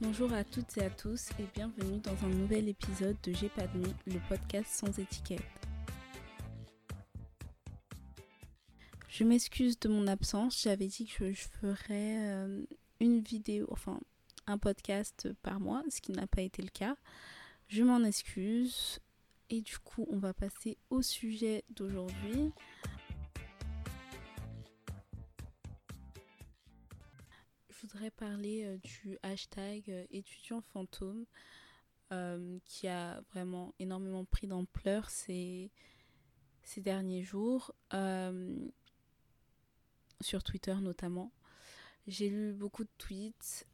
Bonjour à toutes et à tous et bienvenue dans un nouvel épisode de J'ai pas de nom, le podcast sans étiquette. Je m'excuse de mon absence, j'avais dit que je ferais une vidéo, un podcast par mois, ce qui n'a pas été le cas. Je m'en excuse et du coup on va passer au sujet d'aujourd'hui. Je voudrais parler du hashtag étudiant fantôme qui a vraiment énormément pris d'ampleur ces derniers jours, sur Twitter notamment. J'ai lu beaucoup de tweets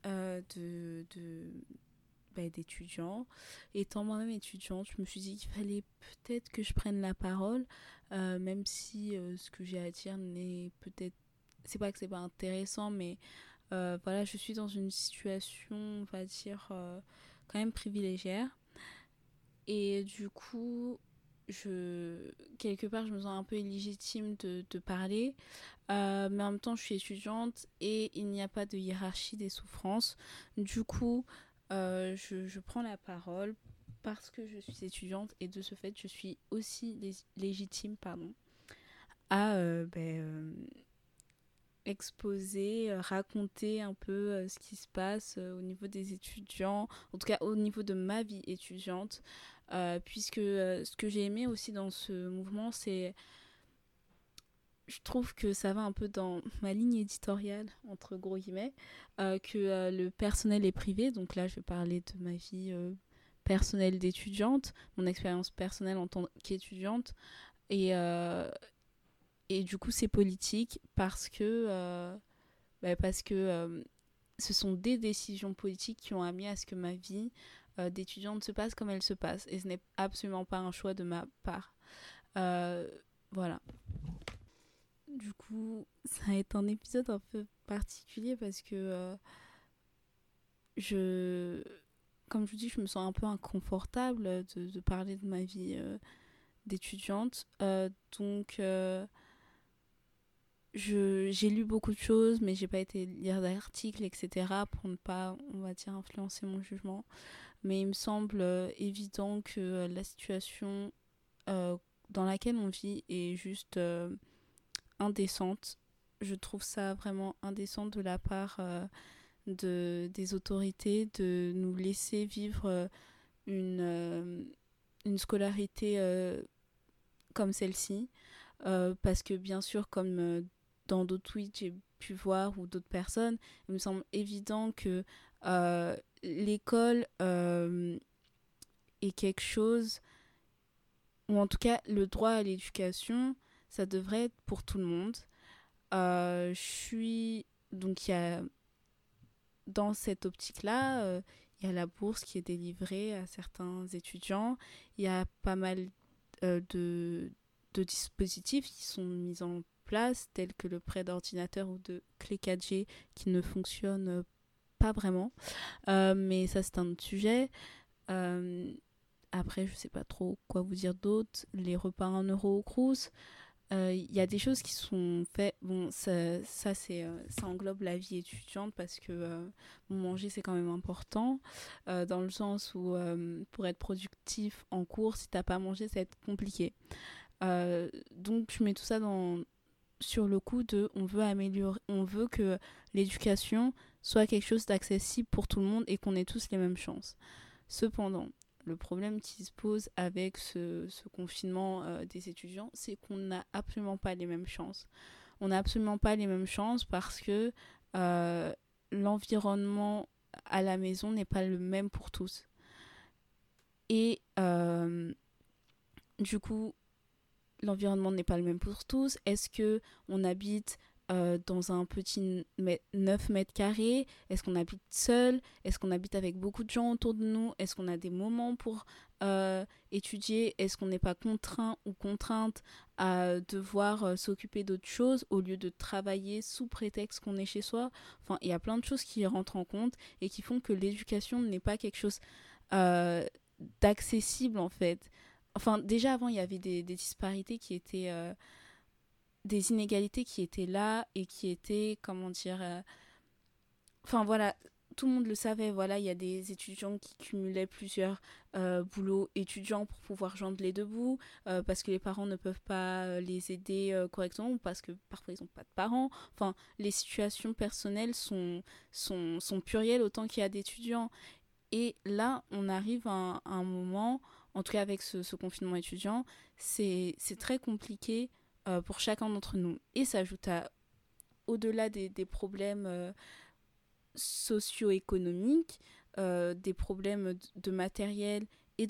d'étudiants. Étant moi-même étudiante, je me suis dit qu'il fallait peut-être que je prenne la parole, même si ce que j'ai à dire n'est peut-être... C'est pas que c'est pas intéressant, mais voilà, je suis dans une situation, on va dire, quand même privilégiée. Et du coup, quelque part, je me sens un peu illégitime de parler. Mais en même temps, je suis étudiante et il n'y a pas de hiérarchie des souffrances. Du coup, je prends la parole parce que je suis étudiante et de ce fait, je suis aussi légitime à exposer, raconter un peu ce qui se passe au niveau des étudiants, en tout cas au niveau de ma vie étudiante, puisque ce que j'ai aimé aussi dans ce mouvement, c'est, je trouve que ça va un peu dans ma ligne éditoriale, entre gros guillemets, que le personnel est privé, donc là je vais parler de ma vie personnelle d'étudiante, mon expérience personnelle en tant qu'étudiante, et, euh, et du coup c'est politique parce que ce sont des décisions politiques qui ont amené à ce que ma vie d'étudiante se passe comme elle se passe. Et ce n'est absolument pas un choix de ma part. Voilà. Du coup, ça va être un épisode un peu particulier parce que comme je vous dis, je me sens un peu inconfortable de parler de ma vie d'étudiante. J'ai lu beaucoup de choses, mais j'ai pas été lire d'articles, etc. pour ne pas, on va dire, influencer mon jugement. Mais il me semble évident que la situation dans laquelle on vit est juste indécente. Je trouve ça vraiment indécent de la part des autorités de nous laisser vivre une scolarité comme celle-ci. Parce que bien sûr, comme dans d'autres tweets j'ai pu voir ou d'autres personnes, il me semble évident que l'école est quelque chose, ou en tout cas le droit à l'éducation, ça devrait être pour tout le monde. Donc il y a, dans cette optique-là, il y a la bourse qui est délivrée à certains étudiants, il y a pas mal de dispositifs qui sont mis en place, tels que le prêt d'ordinateur ou de clé 4G qui ne fonctionnent pas vraiment. Mais ça, c'est un autre sujet. Après, je sais pas trop quoi vous dire d'autre. Les repas 1 euro au Crous. Il y a des choses qui sont faites. Bon, ça englobe la vie étudiante parce que manger, c'est quand même important. Dans le sens où, pour être productif en cours, si t'as pas mangé, ça va être compliqué. Donc je mets tout ça sur le coup de on veut que l'éducation soit quelque chose d'accessible pour tout le monde et qu'on ait tous les mêmes chances. Cependant, le problème qui se pose avec ce confinement des étudiants, c'est qu'on n'a absolument pas les mêmes chances. On n'a absolument pas les mêmes chances parce que l'environnement à la maison n'est pas le même pour tous. Et du coup, l'environnement n'est pas le même pour tous. Est-ce qu'on habite dans un petit 9 mètres carrés? Est-ce qu'on habite seul? Est-ce qu'on habite avec beaucoup de gens autour de nous? Est-ce qu'on a des moments pour étudier? Est-ce qu'on n'est pas contraint ou contrainte à devoir s'occuper d'autres choses au lieu de travailler sous prétexte qu'on est chez soi? Enfin, il y a plein de choses qui rentrent en compte et qui font que l'éducation n'est pas quelque chose d'accessible en fait. Enfin, déjà avant, il y avait des disparités qui étaient... des inégalités qui étaient là et qui étaient, comment dire... Enfin voilà, tout le monde le savait, voilà, il y a des étudiants qui cumulaient plusieurs boulots étudiants pour pouvoir joindre les deux bouts, parce que les parents ne peuvent pas les aider correctement, ou parce que parfois ils n'ont pas de parents. Enfin, les situations personnelles sont plurielles autant qu'il y a d'étudiants. Et là, on arrive à un moment, en tout cas avec ce confinement étudiant, c'est très compliqué pour chacun d'entre nous. Et ça ajoute au-delà des problèmes socio-économiques, des problèmes de matériel et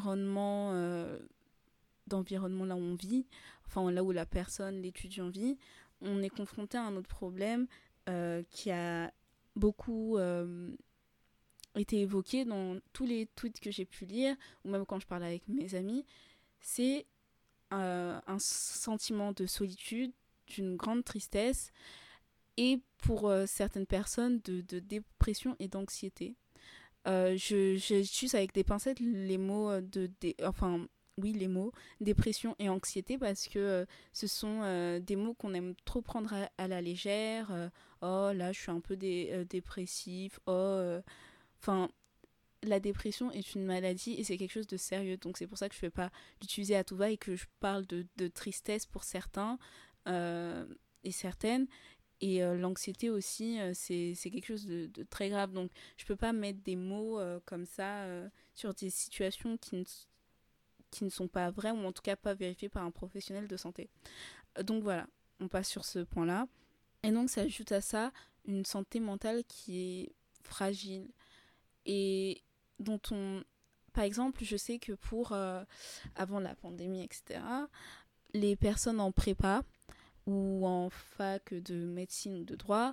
d'environnement là où on vit, enfin là où la personne, l'étudiant vit, on est confronté à un autre problème qui a beaucoup été évoqué dans tous les tweets que j'ai pu lire, ou même quand je parle avec mes amis, c'est un sentiment de solitude, d'une grande tristesse, et pour certaines personnes de dépression et d'anxiété. J'utilise avec des pincettes les mots oui, les mots dépression et anxiété, parce que ce sont des mots qu'on aime trop prendre à la légère. Oh là, je suis un peu dépressif. Enfin, la dépression est une maladie et c'est quelque chose de sérieux. Donc c'est pour ça que je ne vais pas l'utiliser à tout va et que je parle de tristesse pour certains et certaines. Et l'anxiété aussi, c'est quelque chose de très grave. Donc je ne peux pas mettre des mots comme ça sur des situations qui ne sont pas vraies, ou en tout cas pas vérifiées par un professionnel de santé. Donc voilà, on passe sur ce point-là. Et donc ça ajoute à ça une santé mentale qui est fragile et dont par exemple, je sais que avant la pandémie, etc., les personnes en prépa ou en fac de médecine ou de droit,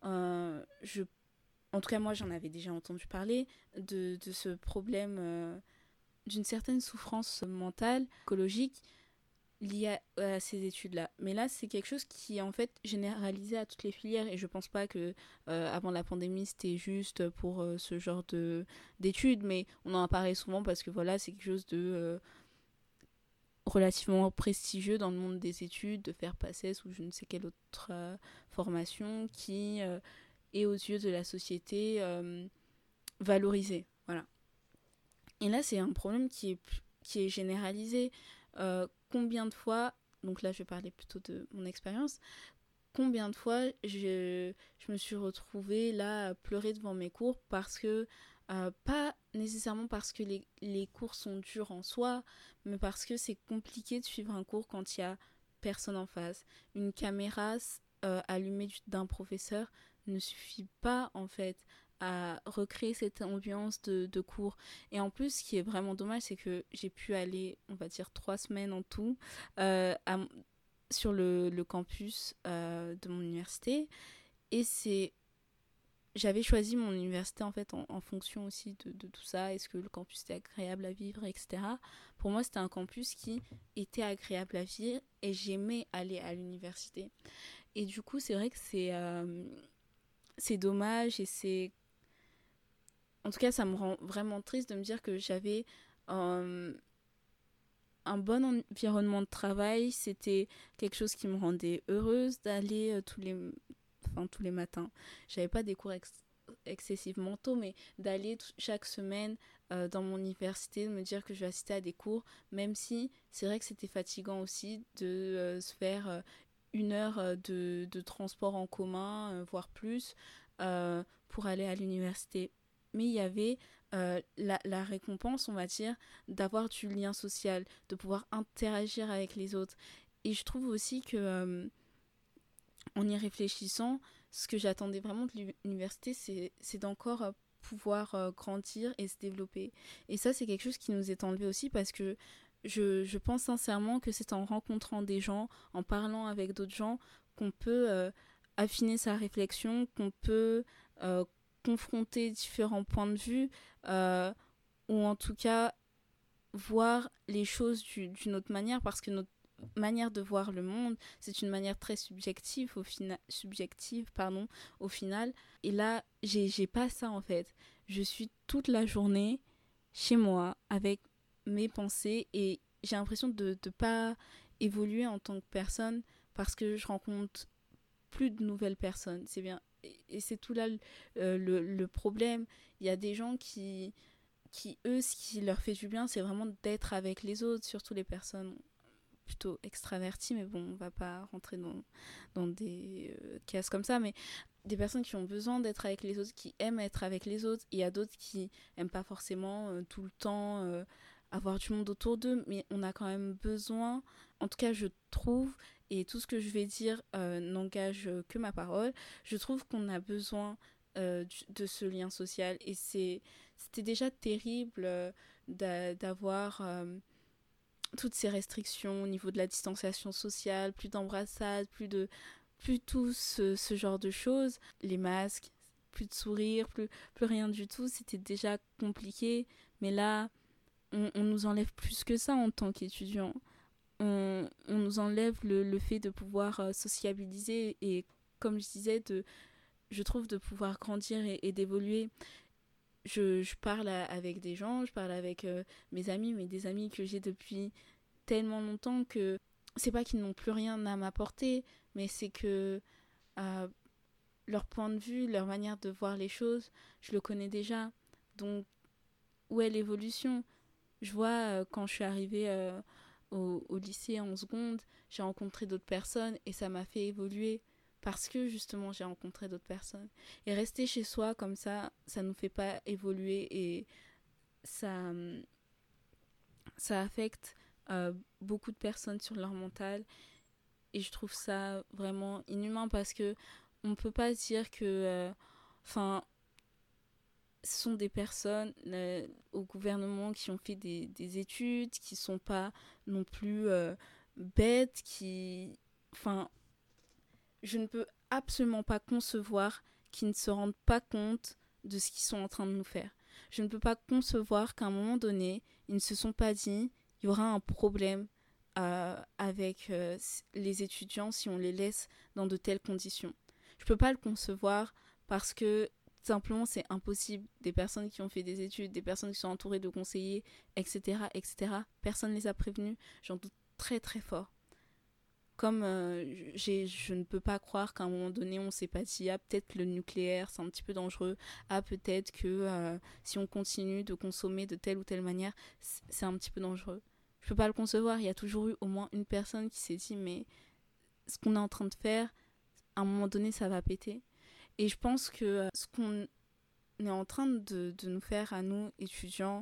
en tout cas moi j'en avais déjà entendu parler de ce problème, d'une certaine souffrance mentale, psychologique, liée à ces études-là. Mais là, c'est quelque chose qui est en fait généralisé à toutes les filières, et je pense pas que avant la pandémie c'était juste pour ce genre d'études, mais on en parlait souvent parce que voilà, c'est quelque chose de relativement prestigieux dans le monde des études, de faire PACES ou je ne sais quelle autre formation qui est aux yeux de la société valorisée. Voilà. Et là, c'est un problème qui est généralisé. Combien de fois, donc là je vais parler plutôt de mon expérience, combien de fois je me suis retrouvée là à pleurer devant mes cours parce que, pas nécessairement parce que les cours sont durs en soi, mais parce que c'est compliqué de suivre un cours quand il y a personne en face. Une caméra allumée d'un professeur ne suffit pas en fait à recréer cette ambiance de cours. Et en plus, ce qui est vraiment dommage, c'est que j'ai pu aller, on va dire 3 semaines en tout, sur le campus de mon université. Et j'avais choisi mon université en fait en fonction aussi de tout ça. Est-ce que le campus était agréable à vivre, etc. Pour moi, c'était un campus qui était agréable à vivre et j'aimais aller à l'université. Et du coup, c'est vrai que c'est dommage, et en tout cas, ça me rend vraiment triste de me dire que j'avais un bon environnement de travail. C'était quelque chose qui me rendait heureuse d'aller tous les matins. J'avais pas des cours excessivement tôt, mais d'aller chaque semaine dans mon université, de me dire que je vais assister à des cours, même si c'est vrai que c'était fatigant aussi de se faire 1 heure de transport en commun, voire plus, pour aller à l'université. Mais il y avait la récompense, on va dire, d'avoir du lien social, de pouvoir interagir avec les autres. Et je trouve aussi que, en y réfléchissant, ce que j'attendais vraiment de l'université, c'est d'encore pouvoir grandir et se développer. Et ça, c'est quelque chose qui nous est enlevé aussi, parce que je pense sincèrement que c'est en rencontrant des gens, en parlant avec d'autres gens, qu'on peut affiner sa réflexion, qu'on peut confronter différents points de vue, ou en tout cas voir les choses d'une autre manière, parce que notre manière de voir le monde, c'est une manière très subjective au final. Et là, j'ai pas ça en fait. Je suis toute la journée chez moi avec mes pensées, et j'ai l'impression de pas évoluer en tant que personne, parce que je rencontre plus de nouvelles personnes. C'est bien, et c'est tout là le problème. Il y a des gens qui, eux, ce qui leur fait du bien, c'est vraiment d'être avec les autres, surtout les personnes plutôt extraverties, mais bon, on va pas rentrer dans des cases comme ça, mais des personnes qui ont besoin d'être avec les autres, qui aiment être avec les autres. Il y a d'autres qui aiment pas forcément tout le temps avoir du monde autour d'eux, mais on a quand même besoin, en tout cas je trouve, et tout ce que je vais dire n'engage que ma parole, je trouve qu'on a besoin de ce lien social, et c'était déjà terrible d'avoir toutes ces restrictions au niveau de la distanciation sociale, plus d'embrassades, plus tout ce genre de choses, les masques, plus de sourire, plus rien du tout, c'était déjà compliqué, mais là, on nous enlève plus que ça en tant qu'étudiants. On nous enlève le fait de pouvoir sociabiliser et, comme je disais, je trouve de pouvoir grandir et d'évoluer. Je parle avec des gens, je parle avec mes amis, mais des amis que j'ai depuis tellement longtemps que c'est pas qu'ils n'ont plus rien à m'apporter, mais c'est que euh, leur point de vue, leur manière de voir les choses, je le connais déjà. Donc, où est l'évolution? Je vois quand je suis arrivée au lycée en seconde, j'ai rencontré d'autres personnes et ça m'a fait évoluer parce que justement j'ai rencontré d'autres personnes. Et rester chez soi comme ça nous fait pas évoluer et ça, ça affecte beaucoup de personnes sur leur mental. Et je trouve ça vraiment inhumain parce que on peut pas se dire que ce sont des personnes au gouvernement qui ont fait des études, qui sont pas non plus bêtes, enfin, je ne peux absolument pas concevoir qu'ils ne se rendent pas compte de ce qu'ils sont en train de nous faire. Je ne peux pas concevoir qu'à un moment donné, ils ne se sont pas dit il y aura un problème avec les étudiants si on les laisse dans de telles conditions. Je ne peux pas le concevoir parce que simplement c'est impossible. Des personnes qui ont fait des études, des personnes qui sont entourées de conseillers, etc., etc., personne ne les a prévenus. J'en doute très très fort. Comme je ne peux pas croire qu'à un moment donné on s'est pas dit peut-être le nucléaire c'est un petit peu dangereux, peut-être que si on continue de consommer de telle ou telle manière c'est un petit peu dangereux. Je peux pas le concevoir. Il y a toujours eu au moins une personne qui s'est dit mais ce qu'on est en train de faire, à un moment donné ça va péter. Et je pense que ce qu'on est en train de nous faire à nous étudiants,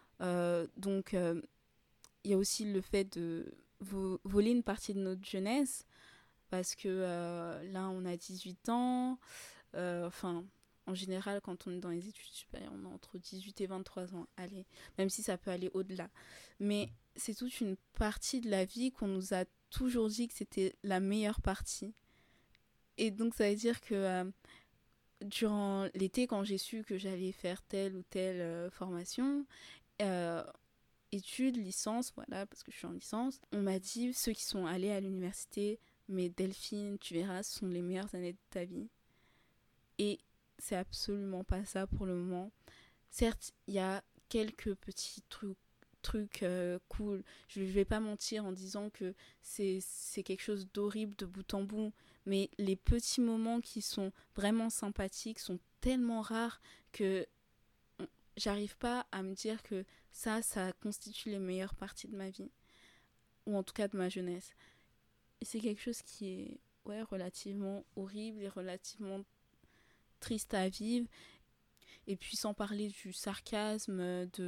il y a aussi le fait de voler une partie de notre jeunesse parce que là on a 18 ans, en général quand on est dans les études supérieures on a entre 18 et 23 ans, allez, même si ça peut aller au-delà, mais c'est toute une partie de la vie qu'on nous a toujours dit que c'était la meilleure partie, et donc ça veut dire que durant l'été quand j'ai su que j'allais faire telle ou telle formation, euh, études, licence, voilà, parce que je suis en licence, on m'a dit, ceux qui sont allés à l'université, mais Delphine, tu verras, ce sont les meilleures années de ta vie. Et c'est absolument pas ça pour le moment. Certes, il y a quelques petits trucs cool. Je vais pas mentir en disant que c'est quelque chose d'horrible de bout en bout, mais les petits moments qui sont vraiment sympathiques sont tellement rares que j'arrive pas à me dire que ça constitue les meilleures parties de ma vie, ou en tout cas de ma jeunesse. Et c'est quelque chose qui est relativement horrible et relativement triste à vivre. Et puis sans parler du sarcasme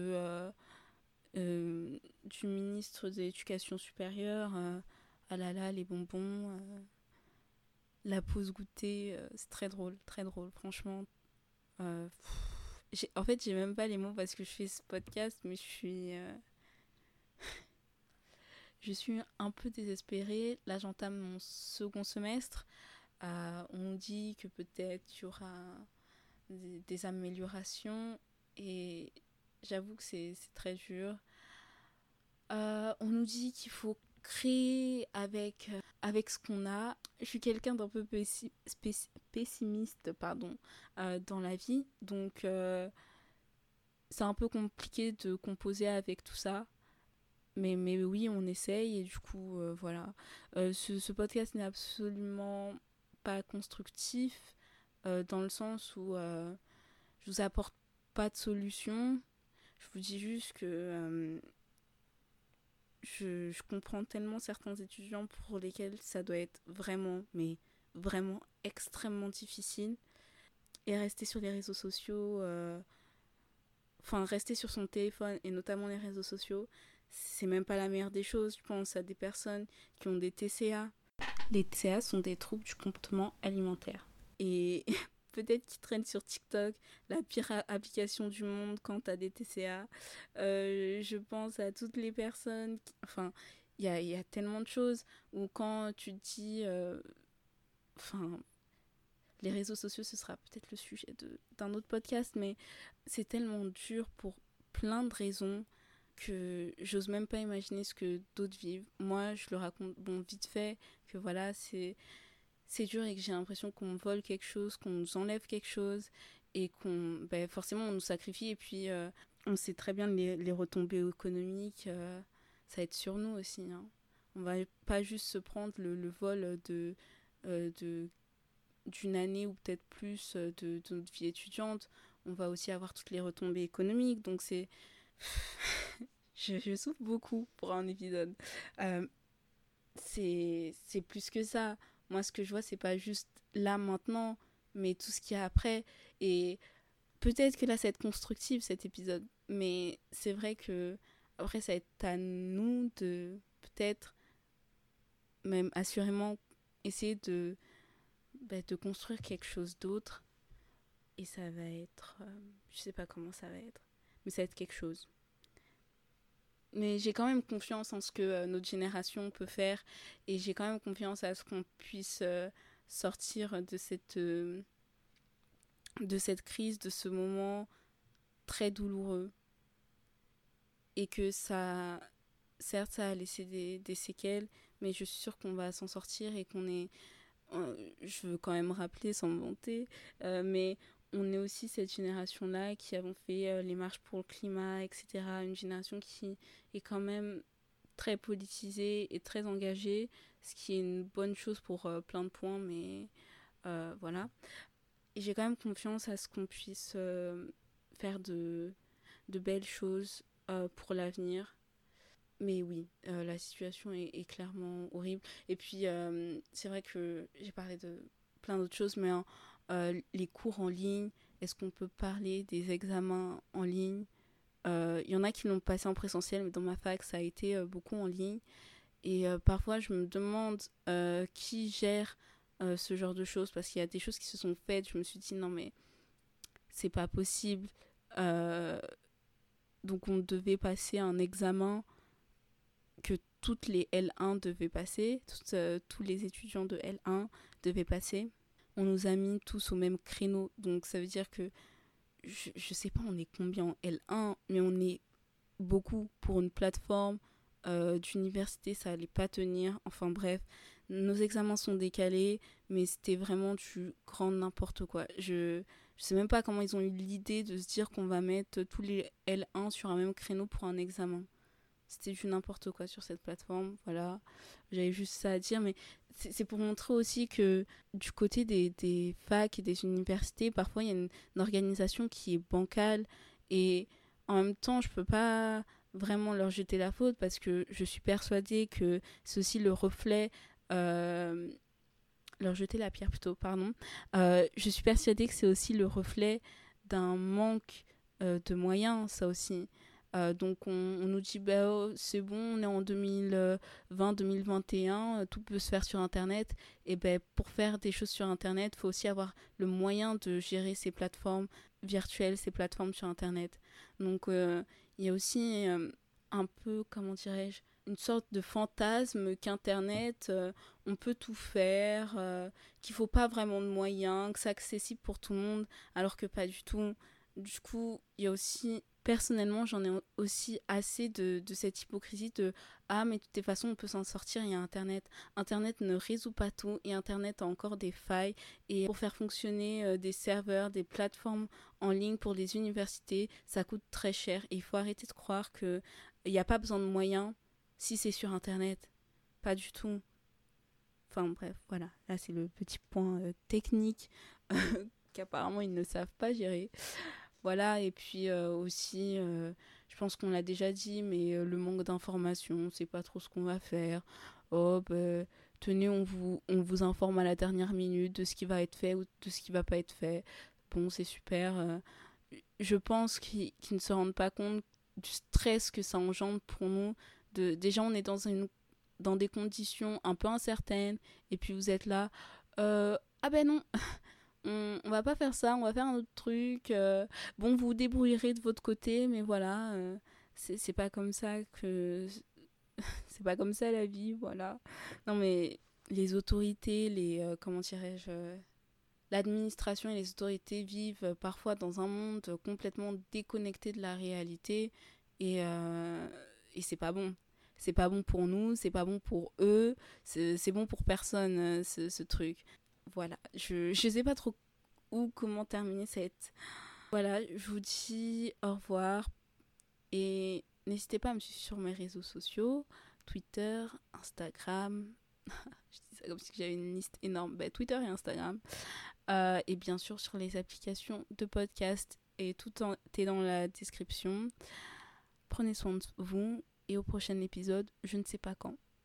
du ministre de l'Éducation supérieure, ah là là, les bonbons, la pause goûter, c'est très drôle, franchement. En fait, j'ai même pas les mots parce que je fais ce podcast, mais je suis un peu désespérée. Là, j'entame mon second semestre. On dit que peut-être il y aura des améliorations et j'avoue que c'est très dur. On nous dit qu'il faut créer avec ce qu'on a. Je suis quelqu'un d'un peu pessimiste dans la vie, donc c'est un peu compliqué de composer avec tout ça. Mais oui, on essaye et du coup, voilà. Ce podcast n'est absolument pas constructif dans le sens où je vous apporte pas de solution. Je vous dis juste que je comprends tellement certains étudiants pour lesquels ça doit être vraiment, mais vraiment extrêmement difficile. Et rester sur les réseaux sociaux, rester sur son téléphone et notamment les réseaux sociaux, c'est même pas la meilleure des choses. Je pense à des personnes qui ont des TCA. Les TCA sont des troubles du comportement alimentaire. Et peut-être qu'ils traînent sur TikTok, la pire application du monde quand t'as des TCA. Je pense à toutes les personnes... il y a tellement de choses où quand tu te dis... les réseaux sociaux, ce sera peut-être le sujet d'un autre podcast, mais c'est tellement dur pour plein de raisons que j'ose même pas imaginer ce que d'autres vivent. Moi, je le raconte vite fait, que voilà, c'est dur et que j'ai l'impression qu'on me vole quelque chose, qu'on nous enlève quelque chose et forcément on nous sacrifie et puis on sait très bien les retombées économiques, ça va être sur nous aussi. Hein. On va pas juste se prendre le vol d'une année ou peut-être plus de notre vie étudiante, on va aussi avoir toutes les retombées économiques. Donc c'est... je souffre beaucoup pour un épisode. C'est plus que ça. Moi, ce que je vois, c'est pas juste là, maintenant, mais tout ce qu'il y a après. Et peut-être que là, ça va être constructif, cet épisode. Mais c'est vrai que après, ça va être à nous de peut-être, même assurément, essayer de construire quelque chose d'autre. Et ça va être... je sais pas comment ça va être. Mais ça va être quelque chose. Mais j'ai quand même confiance en ce que notre génération peut faire. Et j'ai quand même confiance à ce qu'on puisse sortir de cette crise, de ce moment très douloureux. Et que ça... Certes, ça a laissé des séquelles, mais je suis sûre qu'on va s'en sortir et qu'on est... je veux quand même rappeler, sans me vanter, mais on est aussi cette génération-là qui avons fait les marches pour le climat, etc. Une génération qui est quand même très politisée et très engagée, ce qui est une bonne chose pour plein de points, mais voilà. Et j'ai quand même confiance à ce qu'on puisse faire de belles choses pour l'avenir. Mais oui, la situation est clairement horrible. Et puis, c'est vrai que j'ai parlé de plein d'autres choses, mais les cours en ligne, est-ce qu'on peut parler des examens en ligne? Il y en a qui l'ont passé en présentiel, mais dans ma fac, ça a été beaucoup en ligne. Et parfois, je me demande qui gère ce genre de choses, parce qu'il y a des choses qui se sont faites. Je me suis dit, non, mais c'est pas possible. Donc, on devait passer un examen que toutes les L1 devaient passer, tous les étudiants de L1 devaient passer. On nous a mis tous au même créneau, donc ça veut dire que, je sais pas on est combien en L1, mais on est beaucoup pour une plateforme d'université, ça allait pas tenir, enfin bref. Nos examens sont décalés, mais c'était vraiment du grand n'importe quoi. Je sais même pas comment ils ont eu l'idée de se dire qu'on va mettre tous les L1 sur un même créneau pour un examen. C'était du n'importe quoi sur cette plateforme, voilà. J'avais juste ça à dire, mais c'est pour montrer aussi que du côté des facs et des universités, parfois il y a une organisation qui est bancale et en même temps je peux pas vraiment leur jeter la faute parce que je suis persuadée que c'est aussi le reflet... leur jeter la pierre plutôt, pardon. Je suis persuadée que c'est aussi le reflet d'un manque de moyens, ça aussi. Donc on nous dit c'est bon, on est en 2020-2021, tout peut se faire sur internet. Et pour faire des choses sur internet, il faut aussi avoir le moyen de gérer ces plateformes virtuelles, ces plateformes sur internet. Donc il y a aussi un peu, comment dirais-je, une sorte de fantasme qu'internet on peut tout faire, qu'il faut pas vraiment de moyens, que c'est accessible pour tout le monde, alors que pas du tout. Du coup, il y a aussi, personnellement, j'en ai aussi assez de cette hypocrisie de ah, mais de toutes les façons, on peut s'en sortir, il y a Internet. Internet ne résout pas tout et Internet a encore des failles. Et pour faire fonctionner des serveurs, des plateformes en ligne pour les universités, ça coûte très cher. Et il faut arrêter de croire qu'il n'y a pas besoin de moyens si c'est sur Internet. Pas du tout. Enfin bref, voilà. Là, c'est le petit point technique qu'apparemment ils ne savent pas gérer. Voilà, et puis aussi, je pense qu'on l'a déjà dit, mais le manque d'informations, on ne sait pas trop ce qu'on va faire. Oh, tenez, on vous informe à la dernière minute de ce qui va être fait ou de ce qui va pas être fait. Bon, c'est super. Je pense qu'ils ne se rendent pas compte du stress que ça engendre pour nous. Déjà, on est dans des conditions un peu incertaines, et puis vous êtes là. Ah ben non, on va pas faire ça, on va faire un autre truc. Bon, vous vous débrouillerez de votre côté, mais voilà, c'est pas comme ça que. C'est pas comme ça la vie, voilà. Non, mais les autorités, comment dirais-je. L'administration et les autorités vivent parfois dans un monde complètement déconnecté de la réalité et c'est pas bon. C'est pas bon pour nous, c'est pas bon pour eux, c'est bon pour personne, ce truc. Voilà, je sais pas trop où, comment terminer cette. Voilà, je vous dis au revoir et n'hésitez pas à me suivre sur mes réseaux sociaux, Twitter, Instagram. Je dis ça comme si j'avais une liste énorme. Twitter et Instagram. Et bien sûr sur les applications de podcast et est dans la description. Prenez soin de vous et au prochain épisode, je ne sais pas quand.